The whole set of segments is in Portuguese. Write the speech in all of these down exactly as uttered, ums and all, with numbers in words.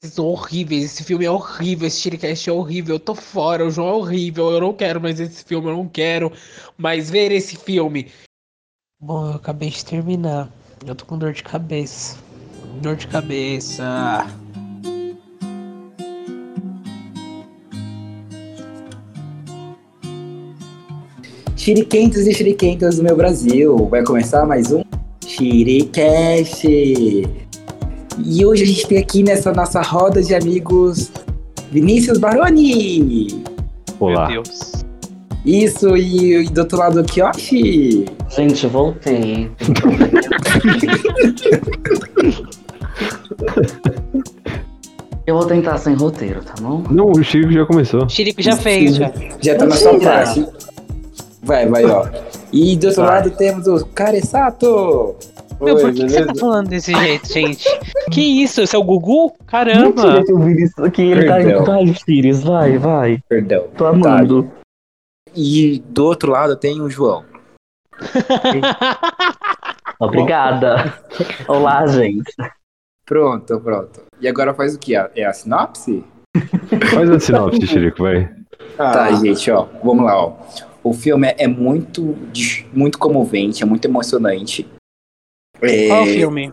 são horríveis, esse filme é horrível, esse Shiricast é horrível, eu tô fora, o João é horrível, eu não quero mais esse filme, eu não quero mais ver esse filme. Bom, eu acabei de terminar, eu tô com dor de cabeça, dor de cabeça. Shirikentos e shirikentas do meu Brasil, vai começar mais um Shiricast. E hoje a gente tem aqui nessa nossa roda de amigos Vinícius Baroni. Olá. Meu Deus. Isso, e, e do outro lado aqui, Yoshi. Gente, voltei. Eu vou tentar sem roteiro, tá bom? Não, o Chico já começou. Chirico já fez, já. Já tá na sua parte. Vai, vai, ó. E do outro vai. lado temos o Caresato. Meu, por que, que você tá falando desse jeito, gente? Que isso? Esse é o Gugu? Caramba! Mentira, eu vi isso aqui, ele tá indo. Vai, Sirius, vai, vai. Perdão. Tô amando. Tá. E do outro lado tem o João. Obrigada. Olá, gente. Pronto, pronto. E agora faz o que? É a sinopse? Faz a sinopse, Chirico, vai. Ah. Tá, gente, ó. Vamos lá, ó. O filme é muito, muito comovente, é muito emocionante. É... Qual o filme?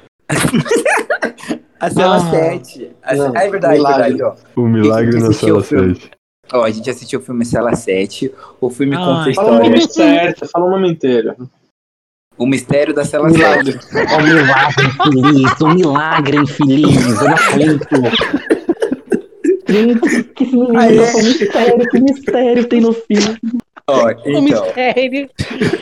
A Cela ah, sete. A... Não, ah, é verdade, é verdade, ó. O Milagre na Cela sete. Ó, a gente assistiu o filme Cela sete. O filme Ai, conta a história... Fala o nome certo, fala o nome inteiro. O mistério da Cela sete. O milagre infeliz, o milagre infeliz, eu não acredito. Gente, que menino, Aí, é... mistério, que mistério tem no filme. Ó, então, o mistério.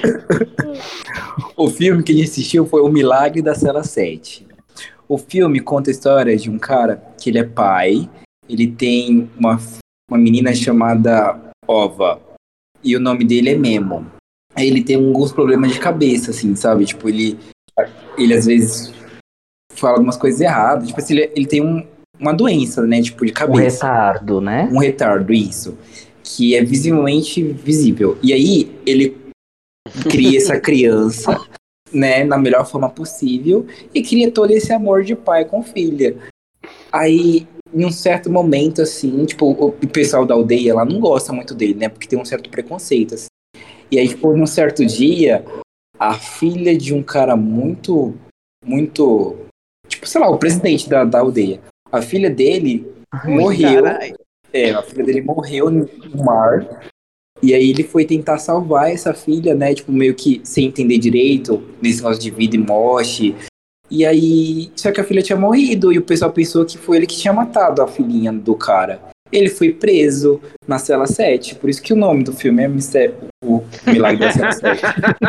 O filme que a gente assistiu foi O Milagre da Cela sete. O filme conta a história de um cara que ele é pai, ele tem uma, uma menina chamada Ova, e o nome dele é Memo. Ele tem alguns problemas de cabeça, assim, sabe? Tipo, ele, ele às vezes fala algumas coisas erradas. Tipo assim, ele, ele tem um, uma doença, né? Tipo, de cabeça. Um retardo, né? Um retardo, isso. Que é visivelmente visível. E aí, ele cria essa criança, né? Na melhor forma possível. E cria todo esse amor de pai com filha. Aí, em um certo momento, assim, tipo, o pessoal da aldeia lá não gosta muito dele, né? Porque tem um certo preconceito, assim. E aí, tipo, num certo dia, a filha de um cara muito, muito... Tipo, sei lá, o presidente da, da aldeia. A filha dele Ai, morreu. Carai. É, a filha dele morreu no mar. E aí ele foi tentar salvar essa filha, né? Tipo, meio que sem entender direito, nesse negócio de vida e morte. E aí... Só que a filha tinha morrido e o pessoal pensou que foi ele que tinha matado a filhinha do cara. Ele foi preso na Cela sete, por isso que o nome do filme é Mistério, o Milagre da Cela sete.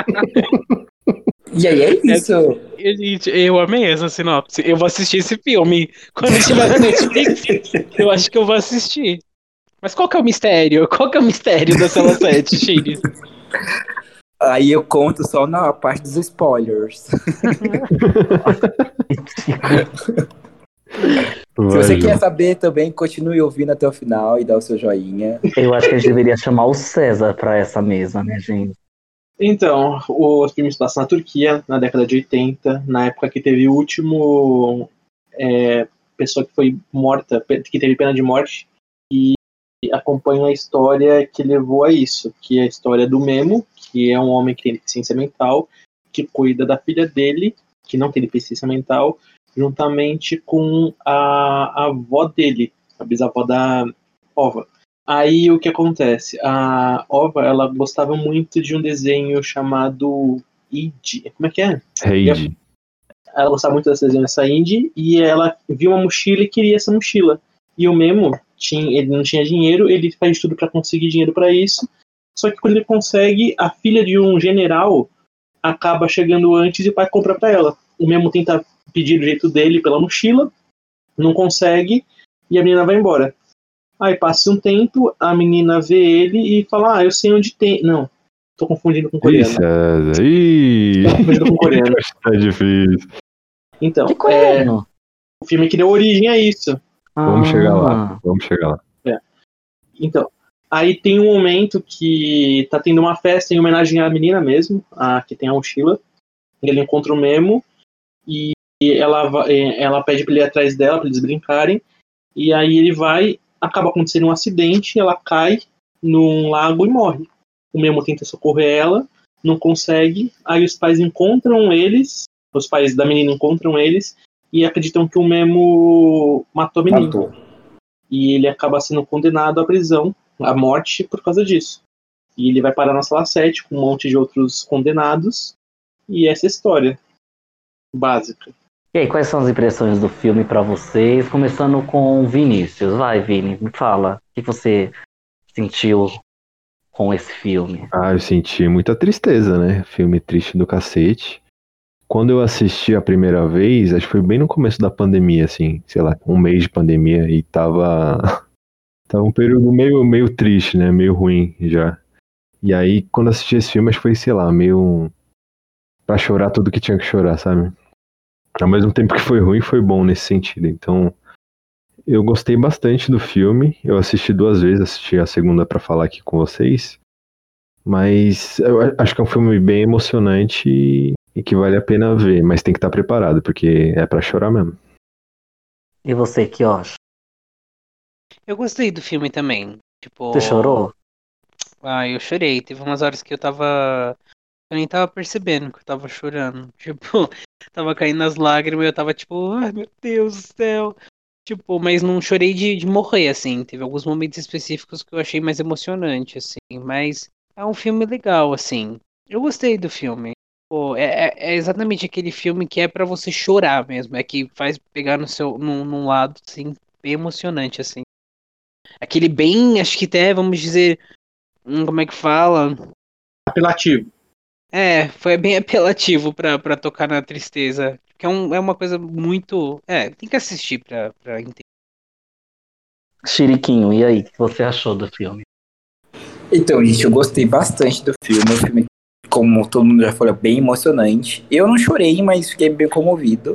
E aí é isso. Eu, eu amei essa sinopse. Eu vou assistir esse filme quando estiver na Netflix. Eu acho que eu vou assistir. Mas qual que é o mistério? Qual que é o mistério da Cela sete, Chile? Aí eu conto só na parte dos spoilers. Se você Vai, quer saber também, continue ouvindo até o final e dá o seu joinha. Eu acho que a gente deveria chamar o César pra essa mesa, né, gente? Então, o filme se passa na Turquia, na década de oitenta, na época que teve o último é, pessoa que foi morta, que teve pena de morte, e acompanha a história que levou a isso, que é a história do Memo, que é um homem que tem deficiência mental, que cuida da filha dele, que não tem deficiência mental, juntamente com a, a avó dele, a bisavó da Ova. Aí o que acontece? A Ova, ela gostava muito de um desenho chamado Id. Como é que é? Heidi. Ela gostava muito desse desenho, dessa Indy, e ela viu uma mochila e queria essa mochila. E o Memo, tinha, ele não tinha dinheiro, ele faz tudo para conseguir dinheiro para isso. Só que quando ele consegue, a filha de um general acaba chegando antes e o pai compra para ela. O Memo tenta pedir o jeito dele pela mochila, não consegue, e a menina vai embora. Aí passa um tempo, a menina vê ele e fala, ah, eu sei onde tem... Não, tô confundindo com coreano. Isso, é... Ih, tô confundindo com coreano. Tá difícil. Então, é... o filme que deu origem a isso. Ah. Vamos chegar lá, vamos chegar lá. É. Então, aí tem um momento que tá tendo uma festa em homenagem à menina mesmo, a que tem a mochila. Ele encontra o Memo, e e ela, va- eh, ela pede pra ele ir atrás dela, pra eles brincarem, e aí ele vai, acaba acontecendo um acidente, ela cai num lago e morre. O Memo tenta socorrer ela, não consegue, aí os pais encontram eles, os pais da menina encontram eles, e acreditam que o Memo matou a menina. Matou. E ele acaba sendo condenado à prisão, à morte, por causa disso. E ele vai parar na sala sete com um monte de outros condenados. E essa é a história básica. E aí, quais são as impressões do filme pra vocês? Começando com o Vinícius. Vai, Vini, me fala. O que você sentiu com esse filme? Ah, eu senti muita tristeza, né? Filme triste do cacete. Quando eu assisti a primeira vez, acho que foi bem no começo da pandemia, assim, sei lá, um mês de pandemia, e tava, tava um período meio, meio triste, né? Meio ruim já. E aí, quando eu assisti esse filme, acho que foi, sei lá, meio pra chorar tudo que tinha que chorar, sabe? Ao mesmo tempo que foi ruim, foi bom nesse sentido. Então, eu gostei bastante do filme. Eu assisti duas vezes, assisti a segunda pra falar aqui com vocês. Mas eu a- acho que é um filme bem emocionante e, e que vale a pena ver. Mas tem que estar preparado, porque é pra chorar mesmo. E você, Kiosh? Eu gostei do filme também. Tipo, Você chorou? ah, eu chorei. Teve umas horas que eu tava. Eu nem tava percebendo que eu tava chorando. Tipo, tava caindo as lágrimas e eu tava tipo, ai meu Deus do céu. Tipo, mas não chorei de, de morrer, assim. Teve alguns momentos específicos que eu achei mais emocionante, assim. Mas é um filme legal, assim. Eu gostei do filme. Pô, é, é- é exatamente aquele filme que é pra você chorar mesmo. É que faz pegar no seu, num, num lado, assim, bem emocionante, assim. Aquele bem, acho que até, vamos dizer, hum, como é que fala? Apelativo. É, foi bem apelativo pra, pra tocar na tristeza. Que é, um, é uma coisa muito. É, tem que assistir pra, pra entender. Chiriquinho, e aí? O que você achou do filme? Então, gente, eu gostei bastante do filme. O filme, como todo mundo já falou, é bem emocionante. Eu não chorei, mas fiquei bem comovido.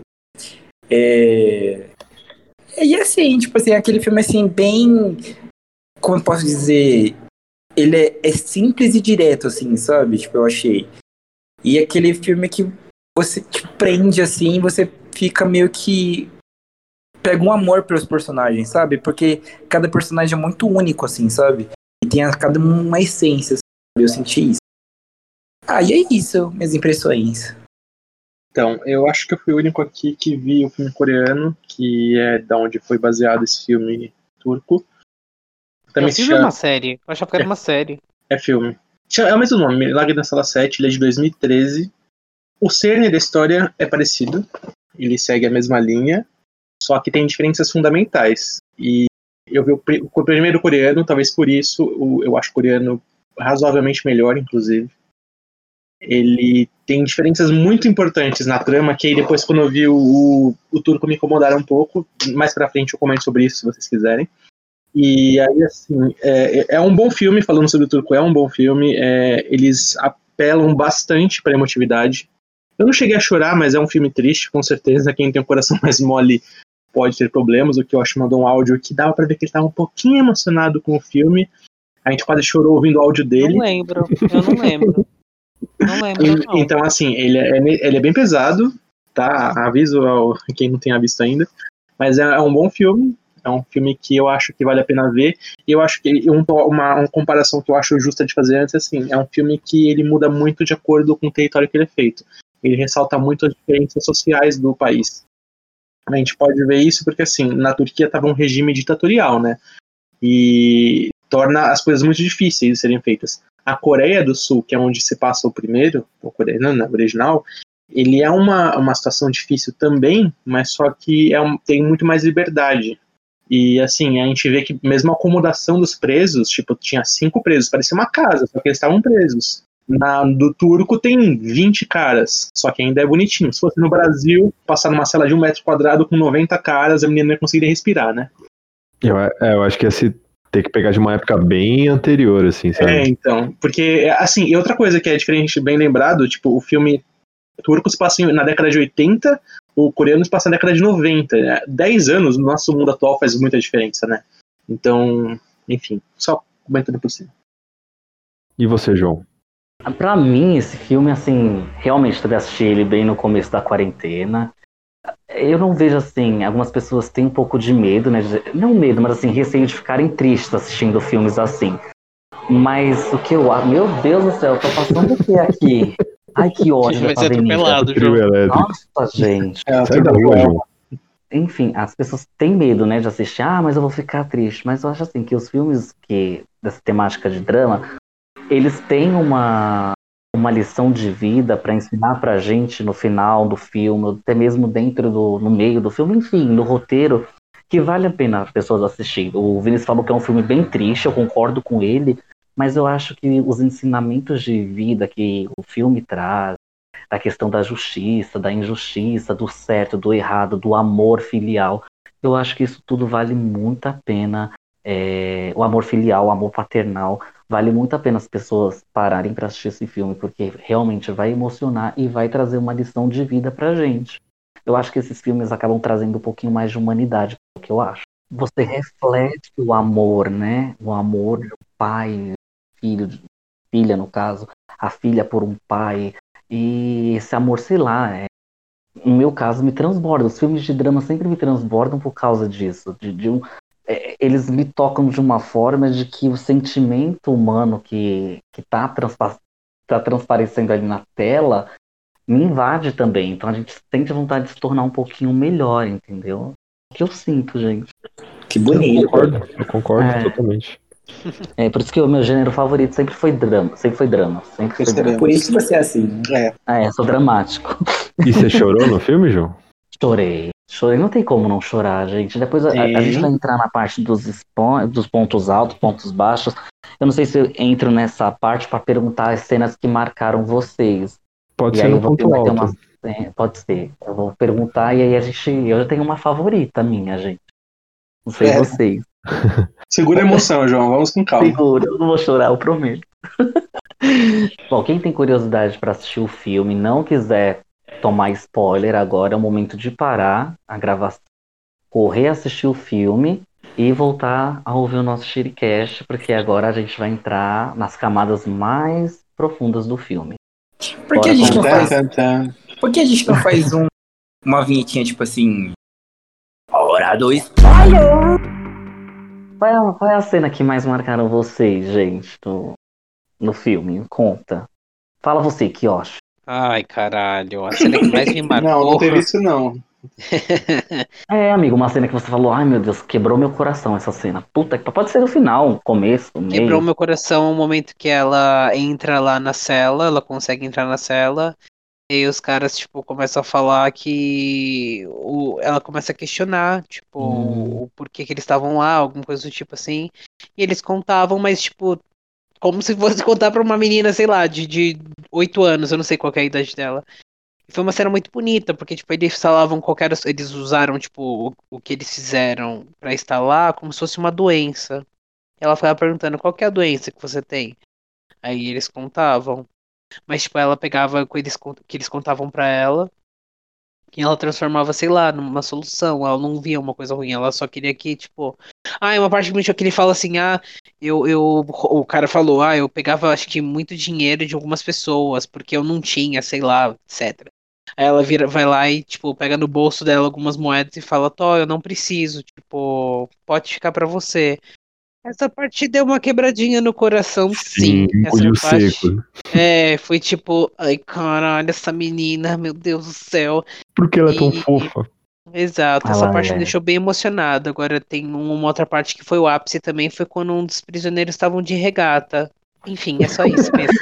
É... E assim, tipo assim, aquele filme assim, bem. Como eu posso dizer? Ele é, é simples e direto, assim, sabe? Tipo, eu achei. E aquele filme que você te prende, assim, você fica meio que. Pega um amor pelos personagens, sabe? Porque cada personagem é muito único, assim, sabe? E tem a, cada um uma essência, sabe? Eu senti isso. Ah, e é isso, minhas impressões. Então, eu acho que eu fui o único aqui que vi o filme coreano, que é da onde foi baseado esse filme turco. É Também um se filme ou chama... uma série? Eu achava que era uma série. É filme. Chama- É o mesmo nome, Milagre na Sala sete, ele é de dois mil e treze. O cerne da história é parecido, ele segue a mesma linha, só que tem diferenças fundamentais. E eu vi o, pri- o primeiro coreano, talvez por isso o- eu acho o coreano razoavelmente melhor, inclusive. Ele tem diferenças muito importantes na trama, que aí depois, quando eu vi o, o, o turco, me incomodaram um pouco. Mais pra frente eu comento sobre isso, se vocês quiserem. E aí, assim, é, é um bom filme, falando sobre o turco, é um bom filme. É, eles apelam bastante pra emotividade. Eu não cheguei a chorar, mas é um filme triste, com certeza. Quem tem o coração mais mole pode ter problemas. O que eu acho mandou um áudio que dava pra ver que ele tava um pouquinho emocionado com o filme. A gente quase chorou ouvindo o áudio dele. Não lembro, eu não lembro. Não lembro, E- não. Então, assim, ele é, ele é bem pesado, tá? Aviso ao quem não tenha visto ainda. Mas é, é um bom filme. É um filme que eu acho que vale a pena ver. E eu acho que um- uma, uma comparação que eu acho justa de fazer antes, assim, é um filme que ele muda muito de acordo com o território que ele é feito. Ele ressalta muito as diferenças sociais do país. A gente pode ver isso porque, assim, na Turquia estava um regime ditatorial, né? E torna as coisas muito difíceis de serem feitas. A Coreia do Sul, que é onde se passa o primeiro, o coreano, né, o original, ele é uma, uma situação difícil também, mas só que é um, tem muito mais liberdade. E assim, a gente vê que mesmo a acomodação dos presos, tipo, tinha cinco presos, parecia uma casa, só que eles estavam presos. Na do turco tem vinte caras, só que ainda é bonitinho. Se fosse no Brasil, passar numa cela de um metro quadrado com noventa caras, a menina não ia conseguir respirar, né? Eu, é, eu acho que ia se ter que pegar de uma época bem anterior, assim, sabe? É, então, porque, assim, e outra coisa que é diferente, bem lembrado, tipo, o filme turco se passa em- na década de oitenta, o coreano se passa na década de noventa. Né? dez anos no nosso mundo atual faz muita diferença, né? Então, enfim, só comentando por cima. E você, João? Pra mim, esse filme, assim, realmente também assisti ele bem no começo da quarentena. eu não vejo assim, algumas pessoas têm um pouco de medo, né? de- não medo, mas assim, receio de ficarem tristes assistindo filmes assim. Mas o que eu acho. Meu Deus do céu, eu tô passando o que aqui? Ai, que ódio Vai dessa ser avenida. atropelado, Trio João. elétrico. Nossa, gente. É, Sai da tudo rua, bom. João. Enfim, as pessoas têm medo, né, de assistir. Ah, mas eu vou ficar triste. Mas eu acho assim que os filmes que dessa temática de drama, eles têm uma uma lição de vida para ensinar pra gente no final do filme, até mesmo dentro do no meio do filme, enfim, no roteiro, que vale a pena as pessoas assistirem. O Vinícius falou que é um filme bem triste, eu concordo com ele, mas eu acho que os ensinamentos de vida que o filme traz, a questão da justiça, da injustiça, do certo, do errado, do amor filial. Eu acho que isso tudo vale muito a pena. É, o amor filial, o amor paternal, vale muito a pena as pessoas pararem para assistir esse filme, porque realmente vai emocionar e vai trazer uma lição de vida pra gente. Eu acho que esses filmes acabam trazendo um pouquinho mais de humanidade, é o que eu acho. Você reflete o amor, né? O amor do pai, filho, filha no caso, a filha por um pai, e esse amor, sei lá, é, no meu caso, me transborda. Os filmes de drama sempre me transbordam por causa disso. De, de um, é, eles me tocam de uma forma de que o sentimento humano que está transpa tá transparecendo ali na tela me invade também. Então a gente sente vontade de se tornar um pouquinho melhor, entendeu? É o que eu sinto, gente. Que Eu bonito. concordo, eu concordo É. totalmente. É por isso que o meu gênero favorito sempre foi drama. Sempre foi drama. Sempre foi drama. Por isso que você é assim, né? É, Ah, é, sou dramático. E você chorou no filme, João? Chorei. Chorei. Não tem como não chorar, gente. Depois a, a gente vai tem. entrar na parte dos, spon- dos pontos altos, pontos baixos. Eu não sei se eu entro nessa parte para perguntar as cenas que marcaram vocês. Pode E ser aí no eu vou ter, ponto vai ter alto. uma. é, pode ser. Eu vou perguntar e aí a gente. Eu já tenho uma favorita minha, gente. Não sei É. vocês. Segura a emoção, João. Vamos com calma. Segura, eu não vou chorar, eu prometo. Bom, quem tem curiosidade para assistir o filme, não quiser tomar spoiler, agora é o momento de parar a gravação, correr assistir o filme e voltar a ouvir o nosso Shiricast, porque agora a gente vai entrar nas camadas mais profundas do filme. Por que Bora a gente não começar? faz, Tan, tan, tan. por que a gente não faz um, uma vinhetinha tipo assim, hora do spoiler? Qual é, a, qual é a cena que mais marcaram vocês, gente, no, no filme? Conta. Fala você, Kiosh. Ai, caralho. A cena que mais me Não, marcou. não teve isso não. É, amigo, uma cena que você falou, ai meu Deus, quebrou meu coração essa cena. Puta que pode ser no final, começo, Quebrou meio. meu coração o momento que ela entra lá na cela, ela consegue entrar na cela, e aí os caras, tipo, começam a falar que o, ela começa a questionar, tipo, Hum. o porquê que eles estavam lá, alguma coisa do tipo assim. E eles contavam, mas, tipo, como se fosse contar pra uma menina, sei lá, de, de oito anos, eu não sei qual que é a idade dela. E foi uma cena muito bonita, porque, tipo, eles falavam qualquer. Eles usaram, tipo, o, o que eles fizeram pra estar lá como se fosse uma doença. Ela ficava perguntando qual que é a doença que você tem. Aí eles contavam. Mas, tipo, ela pegava o que eles, con- que eles contavam pra ela e ela transformava, sei lá, numa solução. Ela não via uma coisa ruim, ela só queria que, tipo. Ah, é uma parte bonita que ele fala assim: ah, eu, eu. O cara falou: ah, eu pegava, acho que, muito dinheiro de algumas pessoas, porque eu não tinha, sei lá, etcétera. Aí ela vira, vai lá e, tipo, pega no bolso dela algumas moedas e fala: Tó, eu não preciso, tipo, pode ficar pra você. Essa parte deu uma quebradinha no coração, sim. Sim, Essa olho parte. seco. É, foi tipo, ai caralho, essa menina, meu Deus do céu. Por que ela é tão E, fofa? exato, essa Ela parte me é. deixou bem emocionado. Agora tem uma outra parte que foi o ápice também, foi quando um dos prisioneiros estavam de regata. Enfim, é só isso mesmo.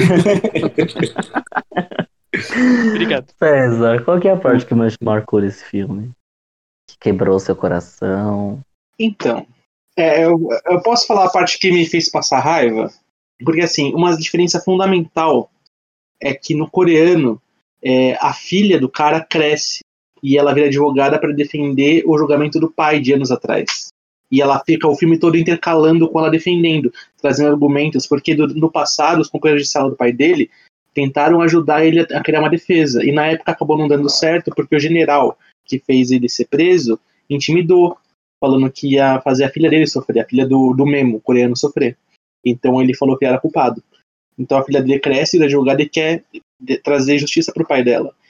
Obrigado. Obrigado. César, qual que é a parte que mais te marcou desse filme? Que quebrou seu coração? Então, é, eu, eu posso falar a parte que me fez passar raiva? Porque, assim, uma diferença fundamental é que no coreano, é, a filha do cara cresce e ela vira advogada para defender o julgamento do pai de anos atrás. E ela fica o filme todo intercalando com ela defendendo, trazendo argumentos, porque do, no passado, os companheiros de sala do pai dele tentaram ajudar ele a, a criar uma defesa. E na época acabou não dando certo, porque o general que fez ele ser preso intimidou, falando que ia fazer a filha dele sofrer, a filha do, do Memo, coreano, sofrer. Então ele falou que era culpado. Então a filha dele cresce, vira advogada e quer de, trazer justiça pro pai dela.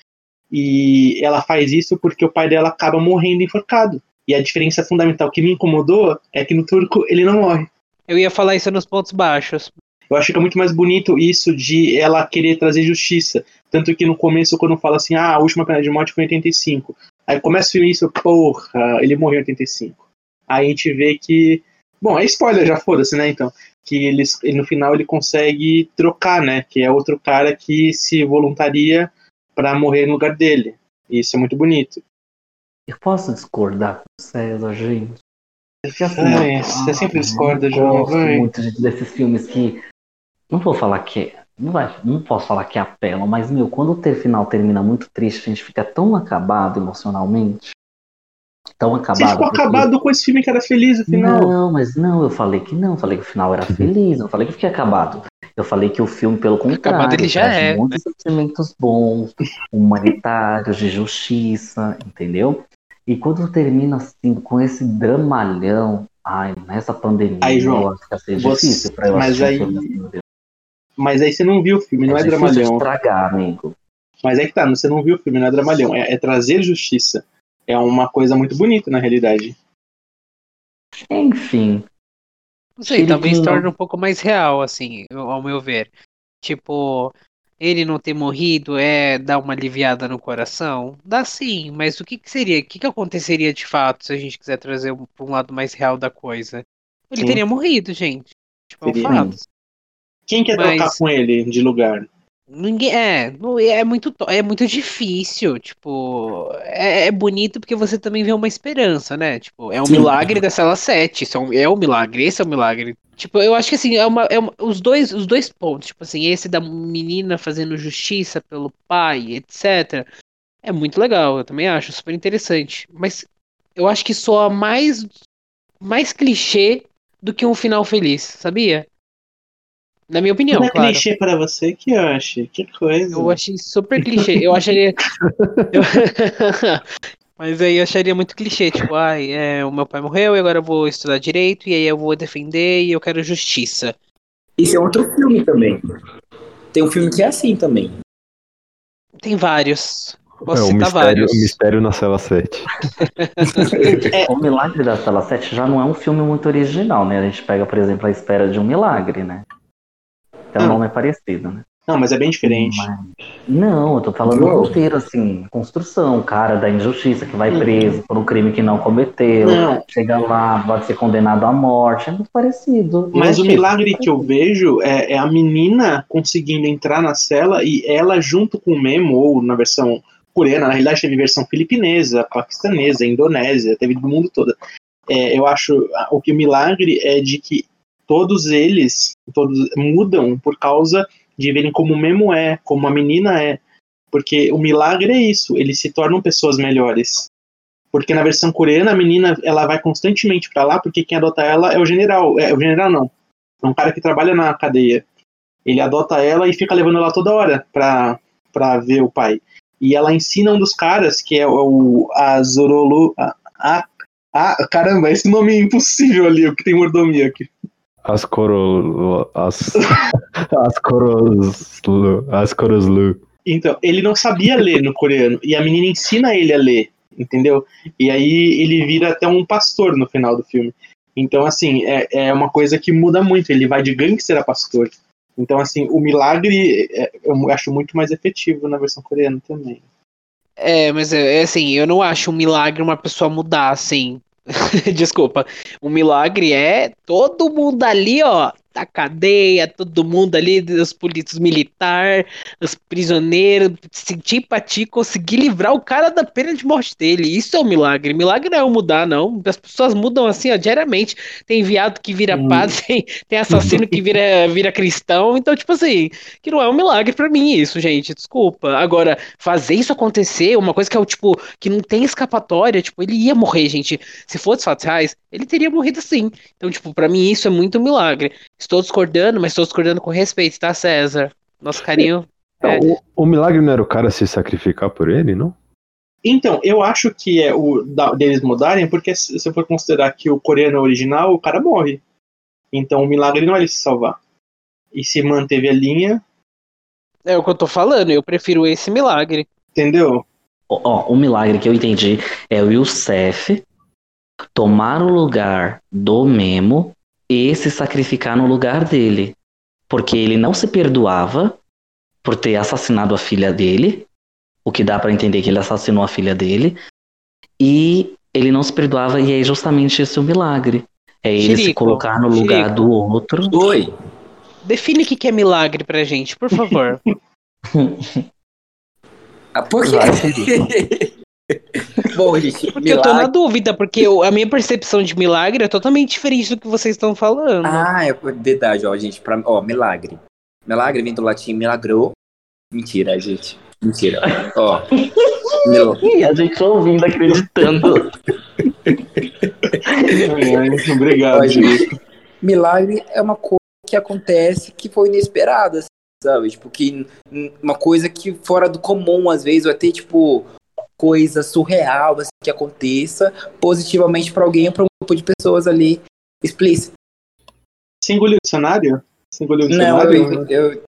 E ela faz isso porque o pai dela acaba morrendo enforcado. E a diferença fundamental que me incomodou é que no turco ele não morre. Eu ia falar isso nos pontos baixos. Eu acho que é muito mais bonito isso de ela querer trazer justiça. Tanto que no começo, quando fala assim, ah, a última pena de morte foi em oitenta e cinco. Aí começa o filme isso, porra, ele morreu em oitenta e cinco. Aí a gente vê que... Bom, é spoiler, já foda-se, né, então. Que eles, no final ele consegue trocar, né? Que é outro cara que se voluntaria pra morrer no lugar dele. E isso é muito bonito. Eu posso discordar com o César, gente? Porque, assim, Ai, eu- você sempre eu discorda, não João, gosto vai. muito de- desses filmes que... Não vou falar que... Não, vai, não posso falar que apelam, mas, meu, quando o ter final termina muito triste, a gente fica tão acabado emocionalmente. Tão Você acabado. ficou porque- acabado com esse filme que era feliz no final. Não, mas não, eu falei que não. Eu falei que o final era feliz. Não falei que fiquei acabado. Eu falei que o filme, pelo contrário, Acabado ele já traz é, muitos sentimentos bons, humanitários, de justiça, entendeu? E quando termina assim, com esse dramalhão, ai, nessa pandemia, Aí, João, eu acho que vai ser você- difícil pra eu mas assistir aí- um filme assim, meu Deus. Mas aí você não viu o filme, não é, É difícil de dramalhão. estragar, amigo. Mas é que tá, você não viu o filme, não é dramalhão. É, é trazer justiça. É uma coisa muito bonita, na realidade. Enfim, Não sei, talvez Chiriquinho. torne um pouco mais real, assim, ao meu ver. Tipo, ele não ter morrido é dar uma aliviada no coração? Dá sim, mas o que que seria? O que que aconteceria de fato se a gente quiser trazer um, pra um lado mais real da coisa? Ele Sim. teria morrido, gente. Tipo, é um Teria. fato. Quem quer Mas- trocar com ele de lugar? Ninguém é, não- é muito, to- é muito difícil, tipo, é, é bonito porque você também vê uma esperança, né? Tipo, é um Sim. milagre da cela sete, isso é um, é um milagre, esse é um milagre. Tipo, eu acho que assim, é uma, é uma- os dois, os dois pontos, tipo assim, esse da menina fazendo justiça pelo pai, etcétera, é muito legal, eu também acho super interessante. Mas eu acho que soa mais, mais clichê do que um final feliz, sabia? Na minha opinião, Não é claro. clichê para você que acha? Que coisa. Eu achei super clichê. Eu acharia. eu- Mas aí eu acharia muito clichê, tipo, ai, é, o meu pai morreu e agora eu vou estudar direito, e aí eu vou defender e eu quero justiça. Isso é outro filme também. Tem um filme que é assim também. Tem vários. Posso É o citar mistério, vários. o mistério na cela sete. O Milagre da Sala sete já não é um filme muito original, né? A gente pega, por exemplo, A Espera de um Milagre, né? Então o Ah. nome é parecido, né? Não, mas é bem diferente. Mas- Não, eu tô falando do Uou. roteiro, assim, construção, o cara da injustiça que vai Uhum. preso por um crime que não cometeu, Não, chega lá, vai ser condenado à morte, é muito parecido. Eu mas o achei- milagre que eu vejo é, é a menina conseguindo entrar na cela e ela junto com o Memo, ou na versão coreana, na realidade teve versão filipinesa, paquistanesa, indonésia, teve do mundo todo. É, eu acho o que o milagre é de que todos eles todos mudam por causa de verem como o Memo é, como a menina é. Porque o milagre é isso, eles se tornam pessoas melhores. Porque na versão coreana a menina ela vai constantemente pra lá porque quem adota ela é o general. É o general não. É um cara que trabalha na cadeia. Ele adota ela e fica levando ela toda hora pra, pra ver o pai. E ela ensina um dos caras, que é o a Zorolu. A, a, a- caramba, esse nome é impossível ali, o que tem mordomia aqui. As coro... As... as coroslu... As coroslu. Então, ele não sabia ler no coreano. E a menina ensina ele a ler, entendeu? E aí ele vira até um pastor no final do filme. Então, assim, é, é uma coisa que muda muito. Ele vai de gangster a pastor. Então, assim, o milagre é, eu acho muito mais efetivo na versão coreana também. É, mas é, é assim, eu não acho um milagre uma pessoa mudar, assim. Desculpa. O milagre é todo mundo ali, ó, da cadeia, todo mundo ali, os políticos militares, os prisioneiros, sentir empatia, conseguir livrar o cara da pena de morte dele. Isso é um milagre. Milagre não é eu mudar, não. As pessoas mudam assim, ó, diariamente. Tem viado que vira Hum. padre, tem, tem assassino que vira, vira cristão. Então, tipo assim, que não é um milagre pra mim isso, gente. Desculpa. Agora, fazer isso acontecer, uma coisa que é o tipo, que não tem escapatória, tipo, ele ia morrer, gente. Se fosse fatos reais, ele teria morrido sim. Então, tipo, pra mim isso é muito um milagre. Estou discordando, mas estou discordando com respeito, tá, César? Nosso carinho. É. O, o milagre não era o cara se sacrificar por ele, não? Então, eu acho que é o da, deles mudarem, porque se você for considerar que o coreano é original, o cara morre. Então o milagre não é ele se salvar. E se manteve a linha, É o que eu tô falando, eu prefiro esse milagre. entendeu? Ó, o milagre que eu entendi é o Youssef tomar o lugar do Memo e se sacrificar no lugar dele. Porque ele não se perdoava por ter assassinado a filha dele, o que dá pra entender que ele assassinou a filha dele, e ele não se perdoava, e é justamente esse o milagre. É ele se Chirico, colocar no lugar Chirico. do outro. Oi. Define o que que é milagre pra gente, por favor. Ah, por quê? Vai, Felipe. Bom, gente, Porque eu tô na milagre. dúvida, porque eu- a minha percepção de milagre é totalmente diferente do que vocês estão falando. Ah, é verdade, ó, gente. Pra... Ó, milagre. Milagre vem do latim milagro. Mentira, gente. Mentira. Ó. Mil... E a gente ouvindo, acreditando. Ai, obrigado, Ó, gente. gente. Milagre é uma coisa que acontece que foi inesperada, assim, sabe? Tipo, que n- uma coisa que fora do comum, às vezes, ou até, tipo, coisa surreal, assim, que aconteça positivamente pra alguém ou pra um grupo de pessoas ali explícito. Você engoliu o dicionário? Você engoliu o Não, dicionário? eu, eu,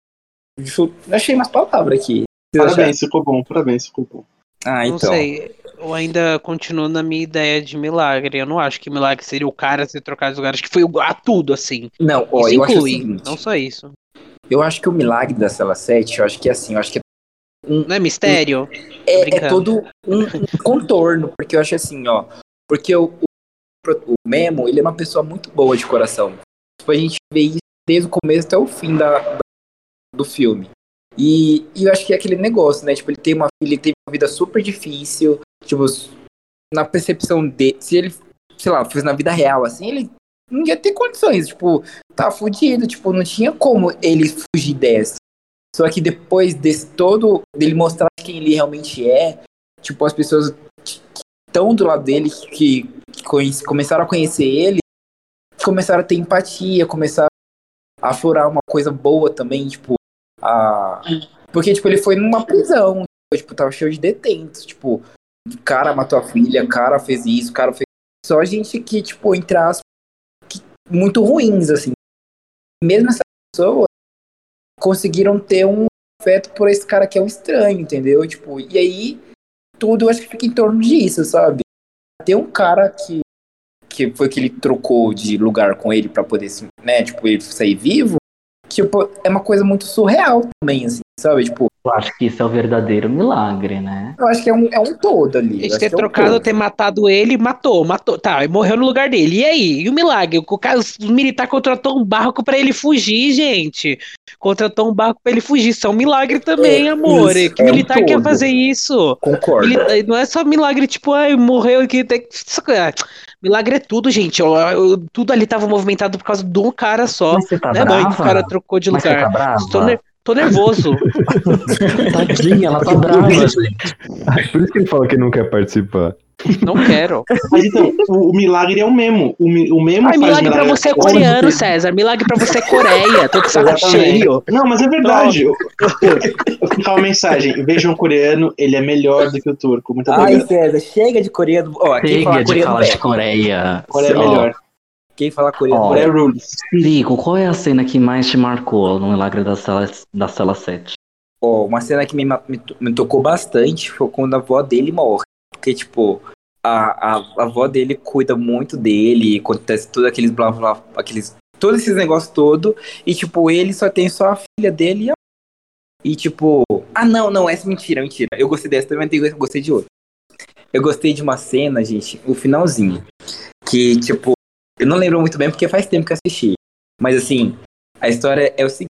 eu achei umas palavras aqui. Vocês Parabéns, ficou bom, parabéns, ficou bom. acharam? Ah, Não então. sei, eu ainda continuo na minha ideia de milagre. Eu não acho que milagre seria o cara ser trocado de lugar. Acho que foi o- a tudo, assim. Não, ó, Isso eu acho o inclui, seguinte. não só isso. Eu acho que o milagre da Cela sete, eu acho que é assim, eu acho que Não é mistério? é, é brincando. todo um, um contorno, porque eu acho assim, ó, porque o, o, o Memo, ele é uma pessoa muito boa de coração. Tipo, a gente vê isso desde o começo até o fim da, da- do filme. E, e eu acho que é aquele negócio, né, tipo, ele tem uma filha, ele teve uma vida super difícil, tipo, na percepção dele, se ele, sei lá, fosse na vida real, assim, ele não ia ter condições, tipo, tá fudido, tipo, não tinha como ele fugir dessa. Só que depois desse todo, dele mostrar quem ele realmente é, tipo, as pessoas que estão do lado dele, que, que conhece- começaram a conhecer ele, começaram a ter empatia, começaram a aflorar uma coisa boa também, tipo, a... porque, tipo, ele foi numa prisão, tipo, tava cheio de detentos, tipo, o cara matou a filha, o cara fez isso, o cara fez... Só gente que, tipo, entre aspas, que- muito ruins, assim. Mesmo essa pessoa conseguiram ter um afeto por esse cara que é um estranho, entendeu? Tipo, e aí tudo eu acho que fica em torno disso, sabe? Tem um cara que, que foi que ele trocou de lugar com ele pra poder, assim, né, tipo, ele sair vivo, tipo, é uma coisa muito surreal também, assim, sabe? Tipo, Eu acho que isso é o verdadeiro milagre, né? eu acho que é um, é um todo ali. eu Eles acho ter que é um trocado, todo. ter matado ele, matou, matou. Tá, ele morreu no lugar dele. E aí? E o milagre? O cara, os militar contratou um barco pra ele fugir, gente. Contratou um barco pra ele fugir. Isso é um milagre também, É, amor. isso, Que é um militar quer todo. fazer isso? Concordo. Milita- Não é só milagre, tipo, ai, morreu que tem. Ah, milagre é tudo, gente. Ó, eu- Tudo ali tava movimentado por causa de um cara só. Mas você tá Não é mãe que o brava? cara trocou de Mas você lugar. tá brava? Tô, ner- tô nervoso. Tadinha, ela tá brava, gente. Por isso que ele fala que não quer participar. Não quero. Mas então, o, o milagre é o Memo. O, mi- o Memo Ai, faz milagre pra você é coreano, César. Milagre pra você é Coreia. Tô de saco Exatamente. cheio. Não, mas é verdade. Eu, eu, eu ficar uma mensagem. Vejam o coreano, ele é melhor do que o turco. Muito Ai, obrigado. César, chega de coreano. Ó, quem fala Chega de coreano falar de perde. Coreia. Coreia é Ó, melhor. Quem fala coreano Ó, Coreia perde. rules. Perigo, qual é a cena que mais te marcou no Milagre da Cela, da Cela sete? Ó, uma cena que me, ma- me, to- me tocou bastante foi quando a avó dele morre. Porque, tipo, a, a, a avó dele cuida muito dele, acontece tudo aqueles blá blá, aqueles. Todos esses negócios todo. E, tipo, ele só tem só a filha dele e a. E, tipo. Ah, não, não, essa é mentira, mentira. Eu gostei dessa também, mas eu gostei de outra. Eu gostei de uma cena, gente, o finalzinho. Que, tipo, eu não lembro muito bem porque faz tempo que eu assisti. Mas, assim, a história é o seguinte.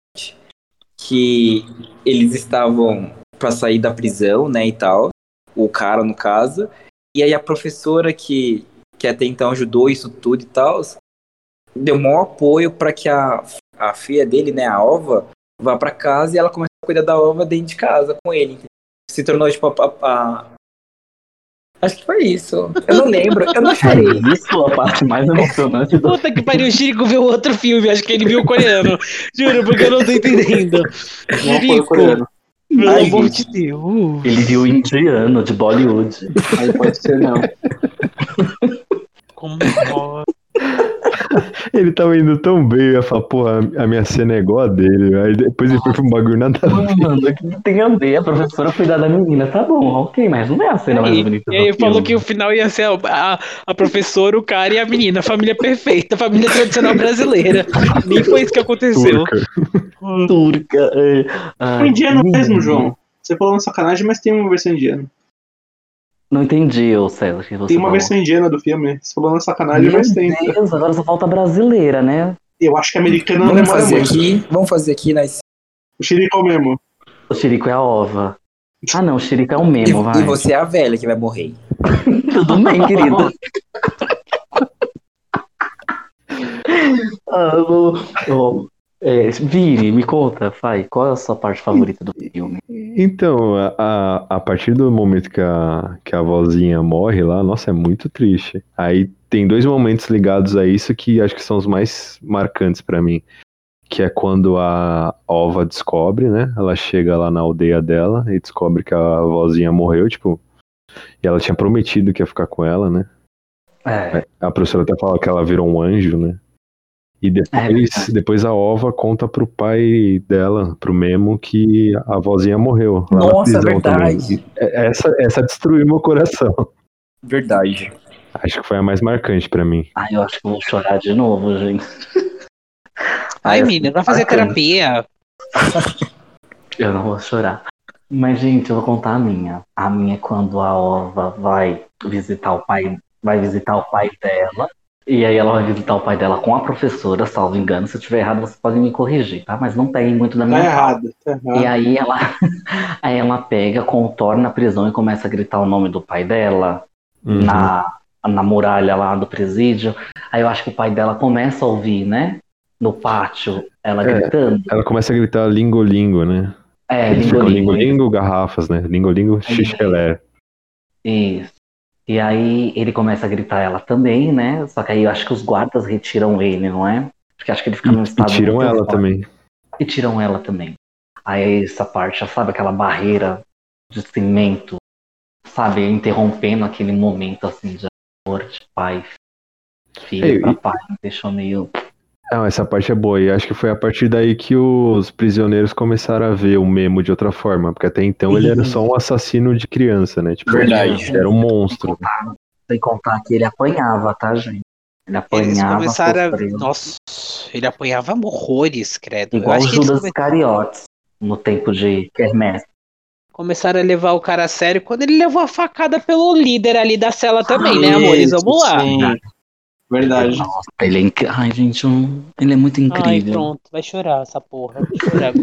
Que eles estavam pra sair da prisão, né, e tal, o cara no caso, e aí a professora que, que até então ajudou isso tudo e tal, deu maior apoio pra que a, a filha dele, né, a Ova, vá pra casa e ela começou a cuidar da Ova dentro de casa com ele. Se tornou, tipo, a, a- a- acho que foi isso. Eu não lembro, eu não É chorei. isso a parte mais emocionante do Puta que pariu, o Chico viu outro filme. Acho que ele viu o coreano. Juro, porque eu não tô entendendo. Não foi o Chico, coreano. pelo Ai, amor gente. de Deus. Ele viu o indiano de Bollywood. Aí pode ser não. Como pode? Ele tava indo tão bem, eu ia falar, porra, a minha cena é igual a dele. Aí depois ele foi pra um bagulho nada a ver. Mano, o que tem a ver? A professora cuidar da menina, tá bom, ok, mas não é a cena mais E, bonita e aí do falou filme. que o final ia ser a, a professora, o cara e a menina. Família perfeita, família tradicional brasileira. Nem foi isso que aconteceu. Turca. Turca. É. Ai, O indiano menino. mesmo, João. Você falou uma sacanagem, mas tem uma versão indiana. Não entendi, ô César, o que você Tem uma falou. versão indiana do filme. Você falou uma sacanagem, Meu mas tem. Deus, agora só falta brasileira, né? Eu acho que a americana não Vamos demora fazer muito. aqui, vamos fazer aqui nas. O xerife é o mesmo. O Chirico é a ova. Ah, não, o Chirico é o E, memo, vai. e você é a velha que vai morrer. Tudo bem, querido. Ah, vou- vou- é, Vini, me conta, Fai, qual é a sua parte favorita do filme? Então, a, a, a partir do momento que a, que a vozinha morre lá, nossa, é muito triste. Aí tem dois momentos ligados a isso que acho que são os mais marcantes pra mim. Que é quando a Ova descobre, né? Ela chega lá na aldeia dela e descobre que a vozinha morreu, tipo... E ela tinha prometido que ia ficar com ela, né? É, A professora até fala que ela virou um anjo, né? E depois, depois a Ova conta pro pai dela, pro Memo, que a vozinha morreu. Lá Nossa, na prisão verdade. também. E essa, essa destruiu meu coração. Verdade. Acho que foi a mais marcante pra mim. ai, eu acho que eu vou chorar de novo, gente. Ai, Ai, menina, vai fazer bacana. terapia. Eu não vou chorar. Mas, gente, eu vou contar a minha. A minha é quando a Ova vai visitar o pai, vai visitar o pai dela. E aí ela vai visitar o pai dela com a professora, salvo engano. Se eu estiver errado, vocês podem me corrigir, tá? Mas não peguem muito da Tá minha fala. errado, tá errado. E aí ela, aí ela pega, contorna a prisão e começa a gritar o nome do pai dela Uhum. na, na muralha lá do presídio. Aí eu acho que o pai dela começa a ouvir, né? No pátio, ela É. gritando. Ela começa a gritar lingolingo, né? É, Eles ficam lingolingo. lingolingo, garrafas, né? Lingolingo, xixelé. Isso. E aí ele começa a gritar ela também, né? Só que aí eu acho que os guardas retiram ele, não é? Porque acho que ele fica num E, e estado tiram muito ela forte. também. E tiram ela também. Aí essa parte, já sabe, aquela barreira de cimento, sabe, interrompendo aquele momento assim de amor de pai, filho Ei, pra e- pai, me deixou meio. Não, essa parte é boa. E acho que foi a partir daí que os prisioneiros começaram a ver o Memo de outra forma. Porque até então ele era só um assassino de criança, né? Tipo, Verdade. ele era um monstro. Sem contar que ele apanhava, tá, gente? Ele Eles apanhava começaram a... sofrendo. Nossa, ele apanhava horrores, credo. Eu Igual acho o que eles Judas come- Iscariotes no tempo de Kermesse. começaram a levar o cara a sério quando ele levou a facada pelo líder ali da cela também, né, amores? Isso, Vamos lá. Sim. Verdade. Nossa, ele é incrível. Ai, gente, um- ele é muito Ai, incrível. pronto, vai chorar essa porra. Vai chorar.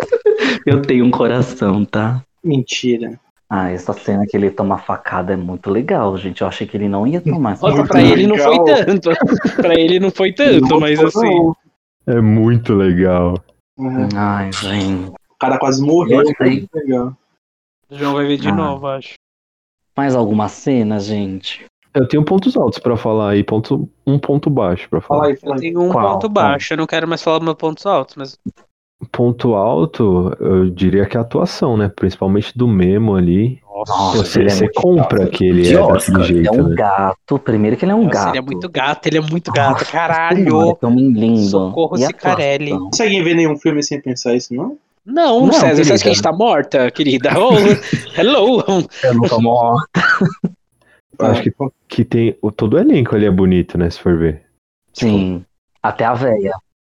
Eu tenho um coração, tá? Mentira. Ah, essa cena que ele toma facada é muito legal, gente. Eu achei que ele não ia tomar essa Nossa, Muito pra facada. ele não foi legal. tanto. Pra ele não foi tanto, Não, mas não. assim. É muito legal. Uhum. Ai, gente. O cara quase morreu. Eu sei. Legal. O João vai ver de Ah. novo, acho. Mais alguma cena, gente? Eu tenho pontos altos pra falar aí, ponto, um ponto baixo pra Fala falar. aí, fala Eu aí. tenho um Qual? ponto baixo, eu não quero mais falar meus pontos altos, mas. Ponto alto, eu diria que é a atuação, né? Principalmente do Memo ali. Nossa, Você, ele é você muito compra que ele De é Oscar, daquele Ele jeito, é um né? gato. Primeiro que ele é um Nossa, gato. ele é muito gato, ele é muito gato, Nossa, caralho. que homem lindo. Socorro, E a Cicarelli. atuação? Conseguem ver nenhum filme sem pensar isso, não? Não, Não, César, você acha querida. que a gente tá morta, querida? Oh, hello! Eu não tô morta. Eu acho que, que tem. O, todo o elenco ali é bonito, né? Se for ver. Sim. Até a véia.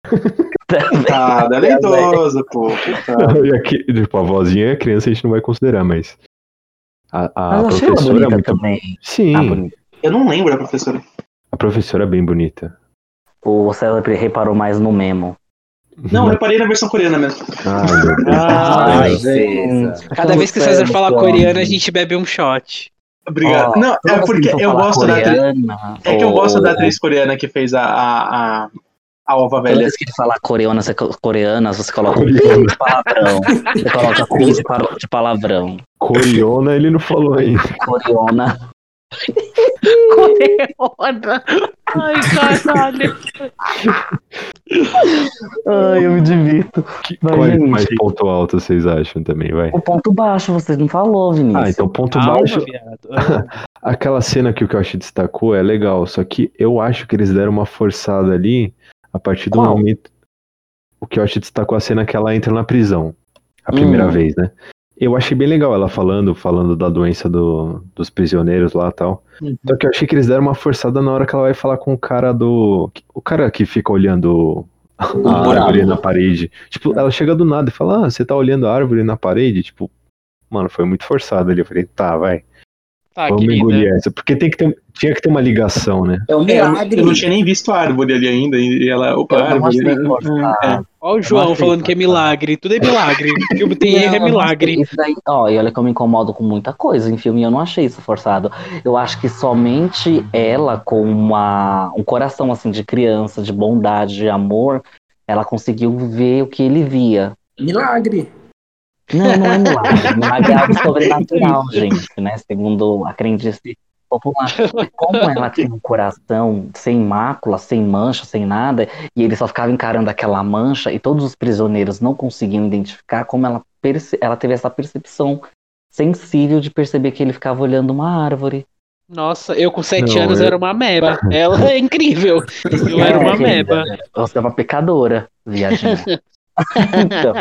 Coitado, ela é idosa, pô. Coitado. E aqui, tipo, a vozinha é criança, a gente não vai considerar, mas. A, a Mas eu achei ela professora é bonita muito. também. Sim, Ah, bonita. Eu não lembro a professora. a professora é bem bonita. O César reparou mais no Memo. Não, eu reparei na versão coreana mesmo. Ai, meu Deus. Ai, do céu. César. Cada vez que o César fala coreano, a gente bebe um shot. Obrigado. Ó, não, é toda porque vez que eu falar gosto da atriz. coreana, É que eu ou- gosto da atriz coreana que fez a, a, a, a Ova Toda Velha. vez que ele falar coreana, você, coreana, você coloca um Coreana. pi de palavrão. Você coloca pi de, pa- de palavrão. Coriona ele não falou ainda. Coreana. Coreana! Ai, caralho! Ai, eu me divirto. Que, Mas, qual é gente- mais ponto alto vocês acham também, vai? O ponto baixo, vocês não falou, Vinícius. Ah, então ponto Calma, baixo. viado. Ah, Aquela cena que o Kyoshi destacou é legal, só que eu acho que eles deram uma forçada ali a partir do Qual? momento. O Kyoshi destacou a cena que ela entra na prisão. A primeira Hum. vez, né? Eu achei bem legal ela falando, falando da doença do, dos prisioneiros lá e tal. Uhum. Só que eu achei que eles deram uma forçada na hora que ela vai falar com o cara do. O cara que fica olhando a árvore buraco. na parede. Tipo, ela chega do nada e fala: Ah, você tá olhando a árvore na parede? Tipo, mano, foi muito forçado ali. Eu falei, tá, vai. Tá, Vamos querida. engolir essa. Porque tem que ter, tinha que ter uma ligação, né? É um É, eu, não- milagre. eu não tinha nem visto a árvore ali ainda, e ela, opa, Eu não árvore, achei né? forçado. Ó o Eu João não achei falando que é forçado. milagre. Tudo é milagre. O filme tem erro, é Não, eu não milagre. achei. Isso daí, ó, e olha que eu me incomodo com muita coisa em filme, e eu não achei isso forçado. Eu acho que somente ela, com uma, um coração assim de criança, de bondade, de amor, ela conseguiu ver o que ele via. Milagre. Não, não é milagre. Milagre é algo sobrenatural, gente, né? Segundo a crendice popular. Como ela tinha um coração sem mácula, sem mancha, sem nada, e ele só ficava encarando aquela mancha, e todos os prisioneiros não conseguiam identificar, como ela, perce... ela teve essa percepção sensível de perceber que ele ficava olhando uma árvore. Nossa, eu com sete Não, anos eu- era uma ameba. Ela é incrível. Eu era uma É, querida, ameba. você é uma pecadora, viadinha. Então,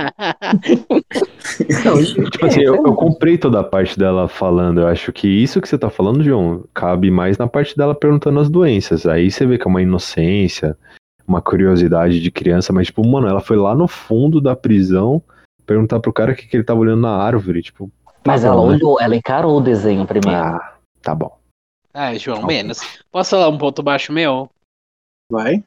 Não, e, tipo assim, eu, eu comprei toda a parte dela falando. Eu acho que isso que você tá falando, João, cabe mais na parte dela perguntando as doenças. Aí você vê que é uma inocência, uma curiosidade de criança, mas, tipo, mano, ela foi lá no fundo da prisão perguntar pro cara o que, que ele tava olhando na árvore. Tipo, tá mas bom, ela né? olhou, ela encarou o desenho primeiro. Ah, tá bom. Ah, João, menos. Posso falar um ponto baixo meu? Vai.